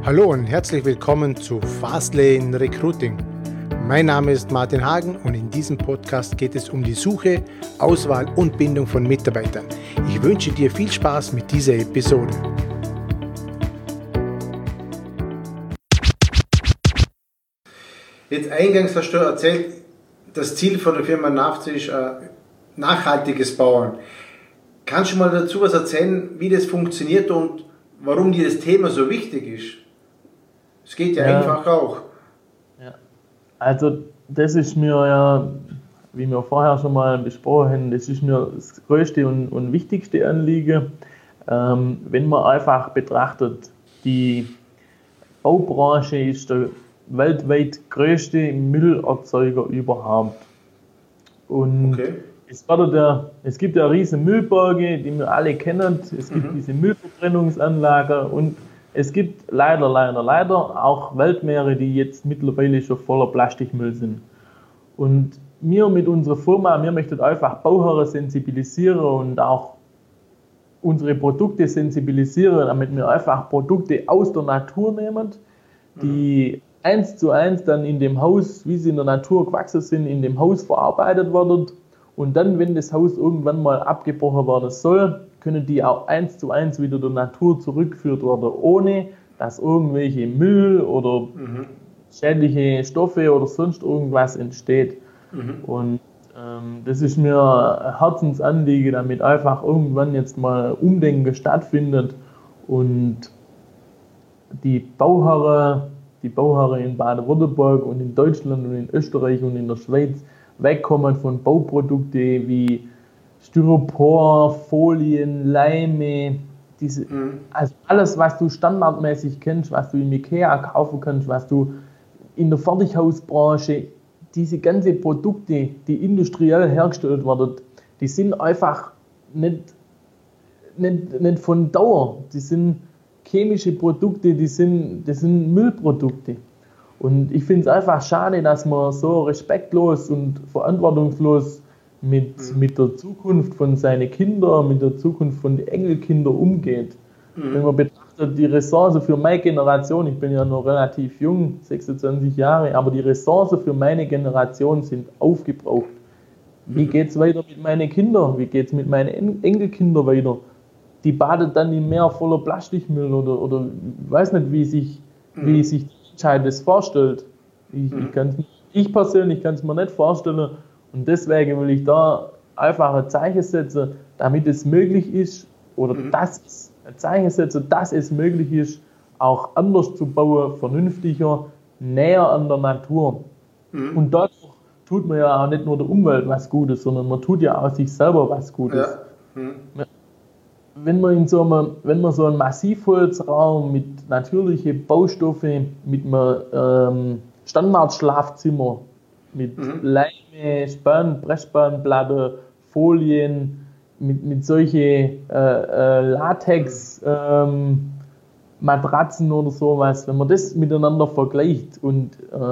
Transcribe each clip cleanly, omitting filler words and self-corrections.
Hallo und herzlich willkommen zu Fastlane Recruiting. Mein Name ist Martin Hagen und in diesem Podcast geht es um die Suche, Auswahl und Bindung von Mitarbeitern. Ich wünsche dir viel Spaß mit dieser Episode. Jetzt eingangs hast du erzählt, das Ziel von der Firma NAFZE ist nachhaltiges Bauen. Kannst du mal dazu was erzählen, wie das funktioniert und warum dir das Thema so wichtig ist? Es geht ja einfach auch. Ja. Also das ist mir ja, wie wir vorher schon mal besprochen haben, das ist mir das größte und wichtigste Anliegen. Wenn man einfach betrachtet, die Baubranche ist der weltweit größte Müllerzeuger überhaupt. Und es gibt ja riesen Müllberge, die wir alle kennen. Es gibt diese Müllverbrennungsanlage und es gibt leider auch Weltmeere, die jetzt mittlerweile schon voller Plastikmüll sind. Und wir mit unserer Firma, wir möchten einfach Bauherren sensibilisieren und auch unsere Produkte sensibilisieren, damit wir einfach Produkte aus der Natur nehmen, die 1:1 dann in dem Haus, wie sie in der Natur gewachsen sind, in dem Haus verarbeitet werden. Und dann, wenn das Haus irgendwann mal abgebrochen werden soll, können die auch 1:1 wieder der Natur zurückgeführt werden, ohne dass irgendwelche Müll oder schädliche Stoffe oder sonst irgendwas entsteht. Und das ist mir ein Herzensanliegen, damit einfach irgendwann jetzt mal Umdenken stattfindet und die Bauherren in Baden-Württemberg und in Deutschland und in Österreich und in der Schweiz wegkommen von Bauprodukten wie Styropor, Folien, Leime, also alles, was du standardmäßig kennst, was du im Ikea kaufen kannst, was du in der Fertighausbranche, diese ganzen Produkte, die industriell hergestellt werden, die sind einfach nicht von Dauer. Die sind chemische Produkte, das sind Müllprodukte. Und ich finde es einfach schade, dass man so respektlos und verantwortungslos mit der Zukunft von seinen Kindern, mit der Zukunft von den Enkelkindern umgeht. Wenn man betrachtet, die Ressourcen für meine Generation, ich bin ja noch relativ jung, 26 Jahre, aber die Ressourcen für meine Generation sind aufgebraucht. Wie geht es weiter mit meinen Kindern? Wie geht es mit meinen Enkelkindern weiter? Die badet dann im Meer voller Plastikmüll oder ich weiß nicht, wie sich die Menschheit das vorstellt. Ich persönlich kann es mir nicht vorstellen und deswegen will ich da einfach ein Zeichen setzen, damit es möglich ist dass es möglich ist, auch anders zu bauen, vernünftiger, näher an der Natur. Und dadurch tut man ja auch nicht nur der Umwelt was Gutes, sondern man tut ja auch sich selber was Gutes. Ja. Wenn man so einen Massivholzraum mit natürlichen Baustoffen, mit einem Standardschlafzimmer, mit Leime, Span, Pressspanplatte, Folien, mit solchen Latex Matratzen oder sowas, wenn man das miteinander vergleicht und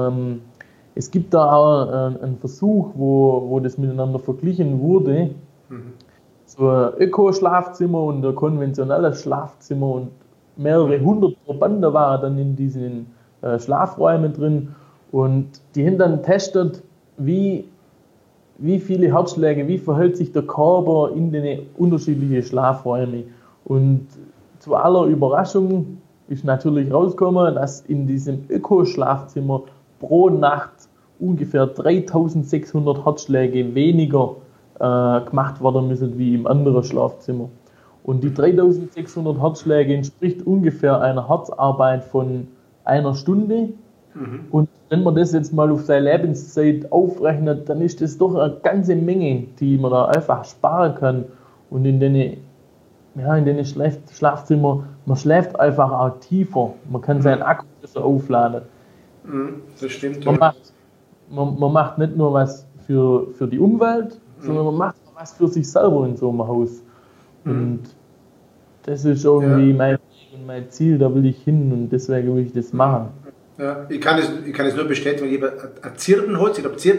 es gibt da auch einen Versuch, wo das miteinander verglichen wurde, so ein Öko-Schlafzimmer und ein konventionelles Schlafzimmer und mehrere hundert Probanden waren dann in diesen Schlafräumen drin und die haben dann getestet, wie viele Herzschläge, wie verhält sich der Körper in den unterschiedlichen Schlafräumen. Und zu aller Überraschung ist natürlich rausgekommen, dass in diesem Öko-Schlafzimmer pro Nacht ungefähr 3600 Herzschläge weniger gemacht werden müssen wie im anderen Schlafzimmer. Und die 3600 Herzschläge entspricht ungefähr einer Herzarbeit von einer Stunde. Und wenn man das jetzt mal auf seine Lebenszeit aufrechnet, dann ist das doch eine ganze Menge, die man da einfach sparen kann. Und in den Schlafzimmern, man schläft einfach auch tiefer. Man kann seinen Akku besser aufladen. Das stimmt. Man macht nicht nur was für die Umwelt, sondern man macht auch was für sich selber in so einem Haus. Und das ist irgendwie mein Ziel, da will ich hin und deswegen will ich das machen. Ja, ich kann es nur bestätigen, ich habe ein Zirbenholz,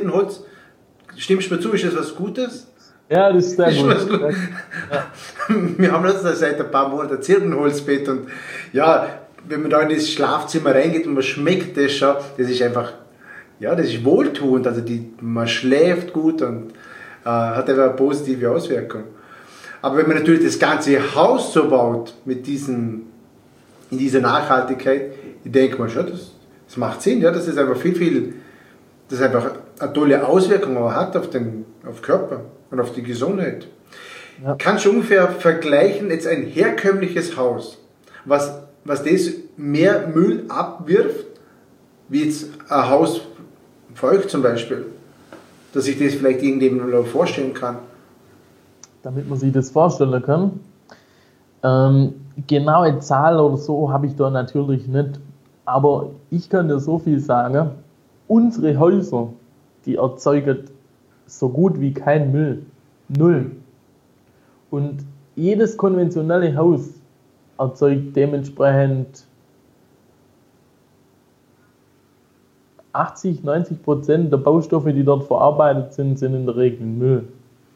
stimmst du mir zu, ist das was Gutes? Ja, das ist sehr gut. Ja. Wir haben letztens seit ein paar Monaten ein Zirbenholzbett und ja, wenn man da in das Schlafzimmer reingeht und man schmeckt das schon, das ist einfach, ja, das ist wohltuend, also man schläft gut und hat einfach eine positive Auswirkung. Aber wenn man natürlich das ganze Haus so baut, in dieser Nachhaltigkeit, ich denke mal schon, das macht Sinn, ja, das ist einfach das ist einfach eine tolle Auswirkung auch hat auf den Körper und auf die Gesundheit. Ja. Kannst du ungefähr vergleichen, jetzt ein herkömmliches Haus, was das mehr Müll abwirft, wie jetzt ein Haus für euch zum Beispiel, dass ich das vielleicht irgendjemandem vorstellen kann? Damit man sich das vorstellen kann. Genaue Zahl oder so habe ich da natürlich nicht, aber ich kann dir so viel sagen, unsere Häuser, die erzeugen so gut wie kein Müll. Null. Und jedes konventionelle Haus erzeugt dementsprechend 80-90% der Baustoffe, die dort verarbeitet sind in der Regel Müll.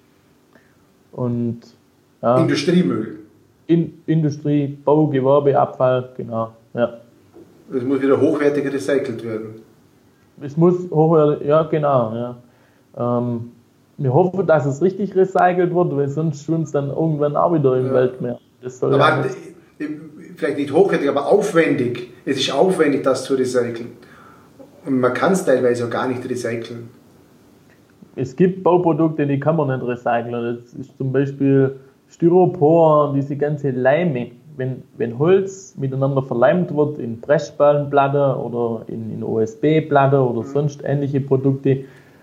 Und ja, Industriemüll. Industrie, Bau, Gewerbeabfall, genau. Ja. Es muss wieder hochwertig recycelt werden. Es muss hochwertig, ja genau. Ja. Wir hoffen, dass es richtig recycelt wird, weil sonst schwimmt es dann irgendwann auch wieder im Weltmeer. Das soll aber vielleicht nicht hochwertig, aber aufwendig. Es ist aufwendig, das zu recyceln. Und man kann es teilweise auch gar nicht recyceln. Es gibt Bauprodukte, die kann man nicht recyceln. Das ist zum Beispiel Styropor, diese ganze Leime. Wenn Holz miteinander verleimt wird in Pressspanplatte oder in OSB-Platte oder sonst ähnliche Produkte,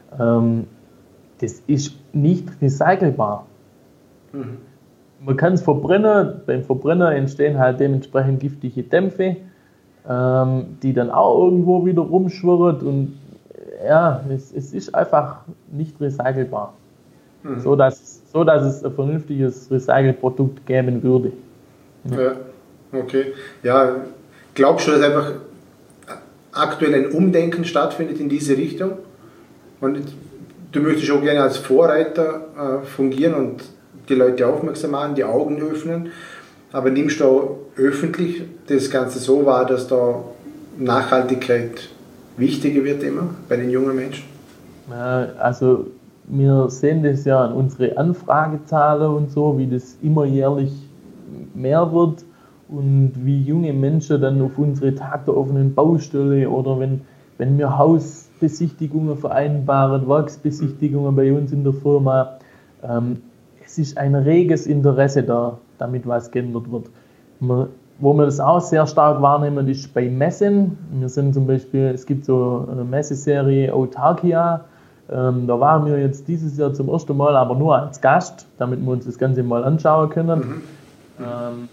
das ist nicht recycelbar. Mhm. Man kann es verbrennen, beim Verbrennen entstehen halt dementsprechend giftige Dämpfe, die dann auch irgendwo wieder rumschwirren und ja, es ist einfach nicht recycelbar. Mhm. So dass es ein vernünftiges Recycelprodukt geben würde. Ja, okay. Ja, glaubst du, dass einfach aktuell ein Umdenken stattfindet in diese Richtung? Und du möchtest auch gerne als Vorreiter fungieren und die Leute aufmerksam machen, die Augen öffnen, aber nimmst du auch öffentlich das Ganze so wahr, dass da Nachhaltigkeit wichtiger wird immer bei den jungen Menschen? Also wir sehen das ja an unsere Anfragezahlen und so, wie das immer jährlich mehr wird und wie junge Menschen dann auf unsere Tag der offenen Baustelle oder wenn wir Hausbesichtigungen vereinbaren, Werksbesichtigungen bei uns in der Firma, es ist ein reges Interesse da, damit was geändert wird. Wo wir das auch sehr stark wahrnehmen, ist bei Messen. Wir sind zum Beispiel, es gibt so eine Messeserie Autarkia, da waren wir jetzt dieses Jahr zum ersten Mal, aber nur als Gast, damit wir uns das Ganze mal anschauen können. Mhm.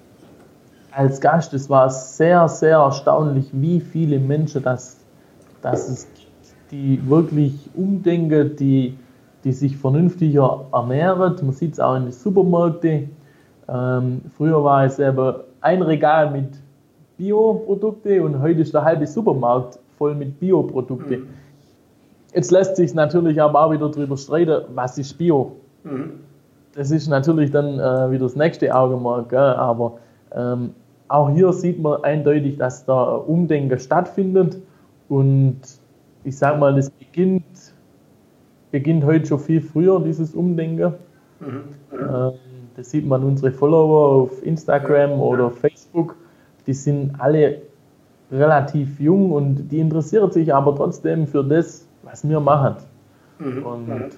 Als Gast, es war sehr, sehr erstaunlich, wie viele Menschen dass es gibt, die wirklich umdenken, die sich vernünftiger ernähren. Man sieht es auch in den Supermärkten. Früher war es eben ein Regal mit Bioprodukten und heute ist der halbe Supermarkt voll mit Bioprodukten. Mhm. Jetzt lässt sich natürlich aber auch wieder darüber streiten, was ist Bio. Mhm. Das ist natürlich dann wieder das nächste Augenmerk, gell? Aber auch hier sieht man eindeutig, dass da ein Umdenken stattfindet und ich sage mal, das beginnt heute schon viel früher, dieses Umdenken. Mhm. Das sieht man unsere Follower auf Instagram oder Facebook, die sind alle relativ jung und die interessieren sich aber trotzdem für das, was wir machen. Mhm. Und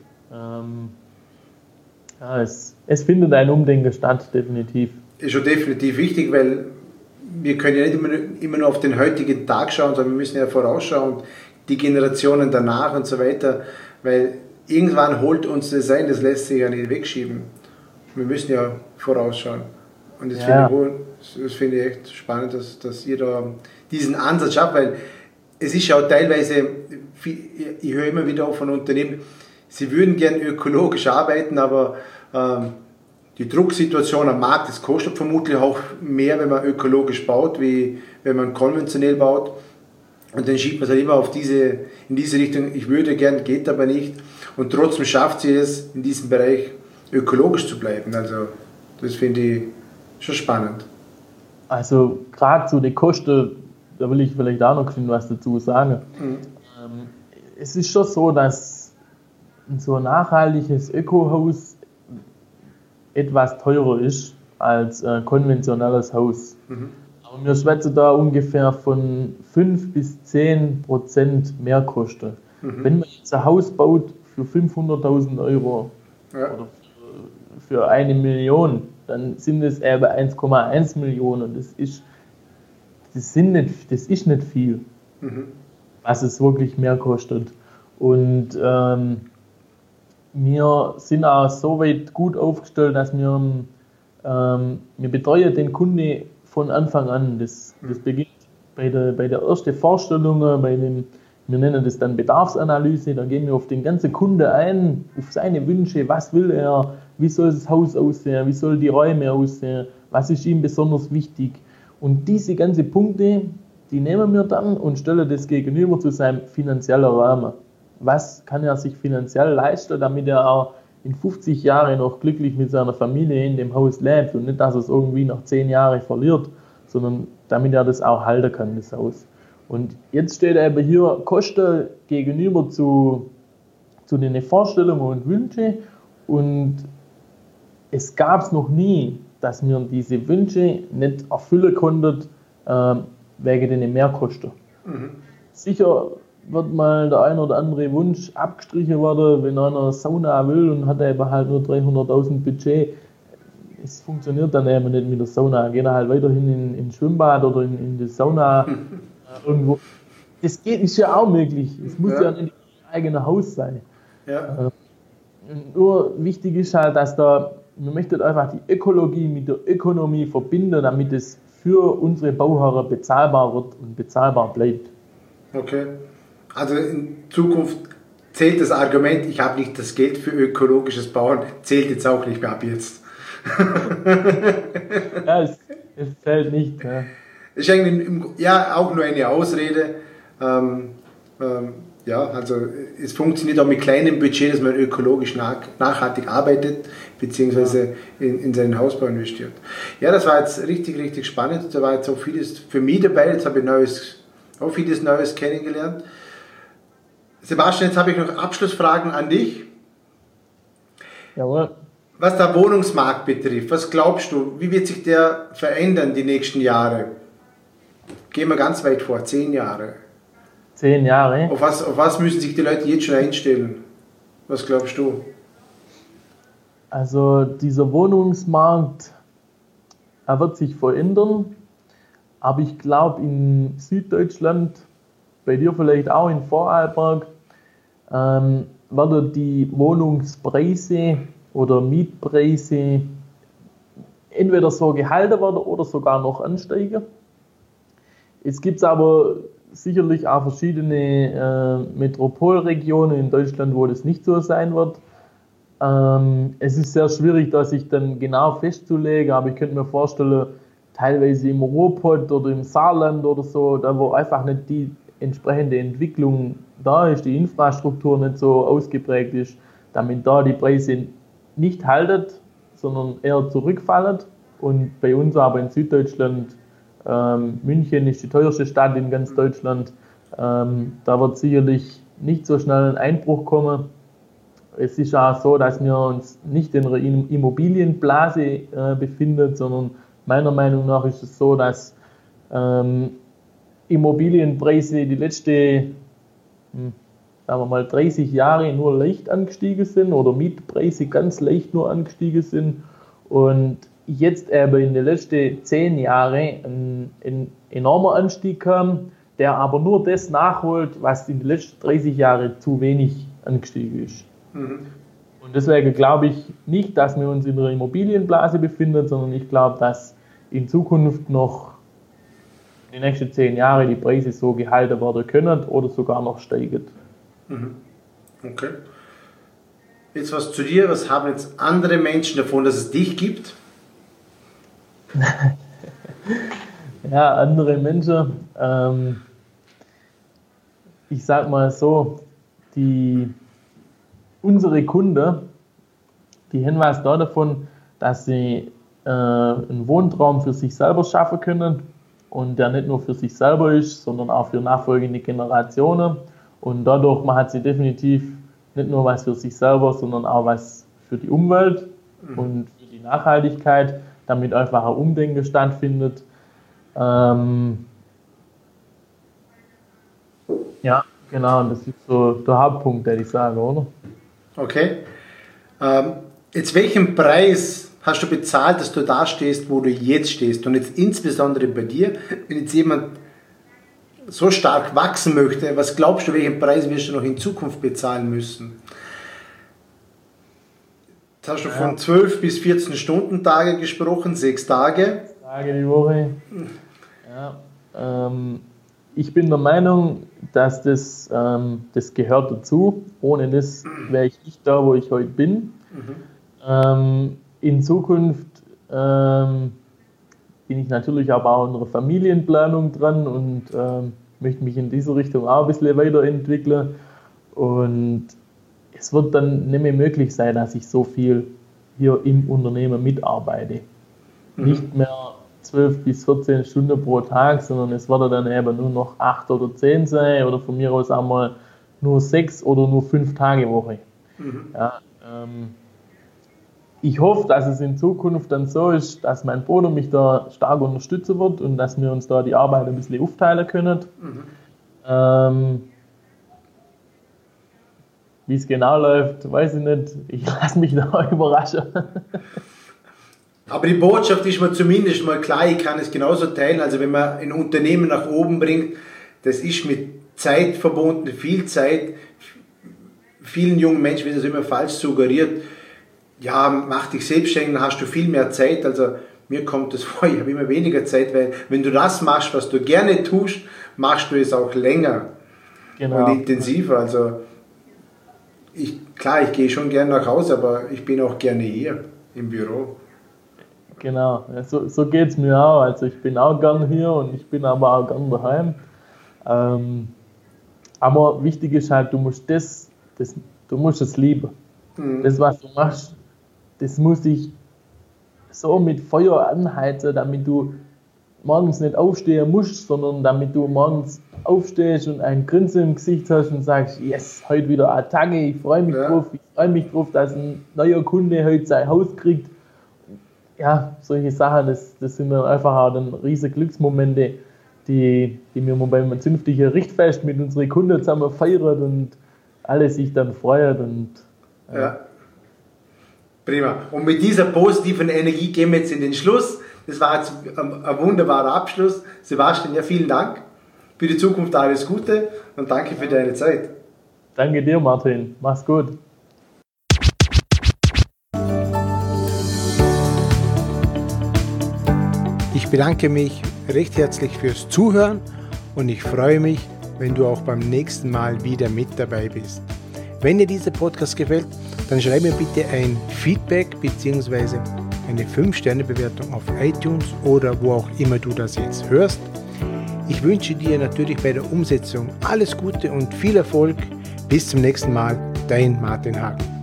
ja, es findet ein Umdenken statt, definitiv. Ist schon definitiv wichtig, weil wir können ja nicht immer nur auf den heutigen Tag schauen, sondern wir müssen ja vorausschauen, die Generationen danach und so weiter, weil irgendwann holt uns das ein, das lässt sich ja nicht wegschieben. Wir müssen ja vorausschauen. Und das finde ich echt spannend, dass ihr da diesen Ansatz habt, weil es ist ja auch teilweise, ich höre immer wieder auch von Unternehmen, sie würden gern ökologisch arbeiten, aber die Drucksituation am Markt, das kostet vermutlich auch mehr, wenn man ökologisch baut, wie wenn man konventionell baut. Und dann schiebt man es halt immer in diese Richtung, ich würde gern, geht aber nicht. Und trotzdem schafft sie es, in diesem Bereich ökologisch zu bleiben. Also das finde ich schon spannend. Also gerade zu den Kosten, da will ich vielleicht auch noch was dazu sagen. Es ist schon so, dass so ein nachhaltiges Ökohaus etwas teurer ist als ein konventionelles Haus. Aber wir schwätzen da ungefähr von 5 bis 10% Mehrkosten. Wenn man jetzt ein Haus baut für 500.000 Euro oder für 1 Million, dann sind es eben 1,1 Millionen. Das ist nicht viel, was es wirklich mehr kostet. Und wir sind auch so weit gut aufgestellt, dass wir betreuen den Kunden von Anfang an. Das beginnt bei der ersten Vorstellung, wir nennen das dann Bedarfsanalyse, da gehen wir auf den ganzen Kunde ein, auf seine Wünsche, was will er, wie soll das Haus aussehen, wie sollen die Räume aussehen, was ist ihm besonders wichtig. Und diese ganzen Punkte, die nehmen wir dann und stellen das gegenüber zu seinem finanziellen Rahmen. Was kann er sich finanziell leisten, damit er auch in 50 Jahren noch glücklich mit seiner Familie in dem Haus lebt und nicht, dass er es irgendwie nach 10 Jahren verliert, sondern damit er das auch halten kann, das Haus. Und jetzt steht eben hier Kosten gegenüber zu den Vorstellungen und Wünschen, und es gab es noch nie, dass wir diese Wünsche nicht erfüllen konnten wegen den Mehrkosten. Sicher wird mal der ein oder andere Wunsch abgestrichen werden, wenn einer Sauna will und hat eben halt nur 300.000 Budget. Es funktioniert dann eben nicht mit der Sauna. Geht er halt weiterhin in Schwimmbad oder in die Sauna irgendwo. Das ist ja auch möglich. Es muss ja nicht ein eigenes Haus sein. Nur wichtig ist halt, dass wir möchten einfach die Ökologie mit der Ökonomie verbinden, damit es für unsere Bauherren bezahlbar wird und bezahlbar bleibt. Okay. Also in Zukunft zählt das Argument, ich habe nicht das Geld für ökologisches Bauen, zählt jetzt auch nicht mehr ab jetzt. Ja, es zählt nicht. Ja. Ist eigentlich auch nur eine Ausrede. Also es funktioniert auch mit kleinem Budget, dass man ökologisch nachhaltig arbeitet, beziehungsweise in seinen Hausbau investiert. Ja, das war jetzt richtig, richtig spannend. Da war jetzt auch vieles für mich dabei. Jetzt habe ich vieles Neues kennengelernt. Sebastian, jetzt habe ich noch Abschlussfragen an dich. Jawohl. Was der Wohnungsmarkt betrifft, was glaubst du, wie wird sich der verändern die nächsten Jahre? Gehen wir ganz weit vor, 10 Jahre. 10 Jahre? Auf was müssen sich die Leute jetzt schon einstellen? Was glaubst du? Also dieser Wohnungsmarkt, er wird sich verändern, aber ich glaube in Süddeutschland, bei dir vielleicht auch in Vorarlberg, werden die Wohnungspreise oder Mietpreise entweder so gehalten werden oder sogar noch ansteigen. Es gibt aber sicherlich auch verschiedene Metropolregionen in Deutschland, wo das nicht so sein wird. Es ist sehr schwierig, da sich dann genau festzulegen, aber ich könnte mir vorstellen, teilweise im Ruhrpott oder im Saarland oder so, da wo einfach nicht die entsprechende Entwicklung da ist, die Infrastruktur nicht so ausgeprägt ist, damit da die Preise nicht halten, sondern eher zurückfallen. Und bei uns aber in Süddeutschland, München ist die teuerste Stadt in ganz Deutschland, da wird sicherlich nicht so schnell ein Einbruch kommen. Es ist auch so, dass wir uns nicht in einer Immobilienblase befinden, sondern meiner Meinung nach ist es so, dass Immobilienpreise die letzten, sagen wir mal, 30 Jahre nur leicht angestiegen sind oder Mietpreise ganz leicht nur angestiegen sind und jetzt eben in den letzten 10 Jahren ein enormer Anstieg kam, der aber nur das nachholt, was in den letzten 30 Jahren zu wenig angestiegen ist. Und deswegen glaube ich nicht, dass wir uns in einer Immobilienblase befinden, sondern ich glaube, dass in Zukunft noch in den nächsten 10 Jahren die Preise so gehalten werden können oder sogar noch steigen. Okay. Jetzt was zu dir, was haben jetzt andere Menschen davon, dass es dich gibt? Ja, andere Menschen, ich sag mal so, unsere Kunden, die haben was da davon, dass sie einen Wohntraum für sich selber schaffen können und der nicht nur für sich selber ist, sondern auch für nachfolgende Generationen. Und dadurch macht sie definitiv nicht nur was für sich selber, sondern auch was für die Umwelt und für die Nachhaltigkeit, damit einfach ein Umdenken stattfindet. Ja, genau, das ist so der Hauptpunkt, den ich sage, oder? Okay. Jetzt welchen Preis hast du bezahlt, dass du da stehst, wo du jetzt stehst? Und jetzt insbesondere bei dir, wenn jetzt jemand so stark wachsen möchte, was glaubst du, welchen Preis wirst du noch in Zukunft bezahlen müssen? Jetzt hast du von 12 bis 14 Stunden Tage gesprochen, 6 Tage. 6 Tage die Woche. Ja, ich bin der Meinung, dass das gehört dazu. Ohne das wäre ich nicht da, wo ich heute bin. In Zukunft bin ich natürlich aber auch in der Familienplanung dran und möchte mich in diese Richtung auch ein bisschen weiterentwickeln. Und es wird dann nicht mehr möglich sein, dass ich so viel hier im Unternehmen mitarbeite. Nicht mehr 12 bis 14 Stunden pro Tag, sondern es wird dann eben nur noch 8 oder 10 sein oder von mir aus einmal nur 6 oder nur 5 Tage Woche. Ja, ich hoffe, dass es in Zukunft dann so ist, dass mein Bruder mich da stark unterstützen wird und dass wir uns da die Arbeit ein bisschen aufteilen können. Wie es genau läuft, weiß ich nicht. Ich lasse mich da überraschen. Aber die Botschaft ist mir zumindest mal klar, ich kann es genauso teilen. Also wenn man ein Unternehmen nach oben bringt, das ist mit Zeit verbunden, viel Zeit. Vielen jungen Menschen wird das immer falsch suggeriert. Ja, mach dich selbstständig, dann hast du viel mehr Zeit. Also mir kommt das vor, ich habe immer weniger Zeit, weil wenn du das machst, was du gerne tust, machst du es auch länger und intensiver. Also ich gehe schon gerne nach Hause, aber ich bin auch gerne hier im Büro. Genau, so geht es mir auch. Also ich bin auch gern hier und ich bin aber auch gern daheim. Aber wichtig ist halt, du musst es lieben. Das, was du machst, das muss dich so mit Feuer anheizen, damit du morgens nicht aufstehen musst, sondern damit du morgens aufstehst und ein Grinsen im Gesicht hast und sagst, yes, heute wieder Attacke, ich freue mich drauf, dass ein neuer Kunde heute sein Haus kriegt. Ja, solche Sachen, das sind dann einfach auch dann riesige Glücksmomente, die wir beim zünftigen Richtfest mit unseren Kunden zusammen feiern und alle sich dann freuen. Und, ja, prima. Und mit dieser positiven Energie gehen wir jetzt in den Schluss. Das war jetzt ein wunderbarer Abschluss. Sebastian, ja, vielen Dank. Für die Zukunft alles Gute und danke für deine Zeit. Danke dir, Martin. Mach's gut. Ich bedanke mich recht herzlich fürs Zuhören und ich freue mich, wenn du auch beim nächsten Mal wieder mit dabei bist. Wenn dir dieser Podcast gefällt, dann schreib mir bitte ein Feedback bzw. eine 5-Sterne-Bewertung auf iTunes oder wo auch immer du das jetzt hörst. Ich wünsche dir natürlich bei der Umsetzung alles Gute und viel Erfolg. Bis zum nächsten Mal, dein Martin Hagen.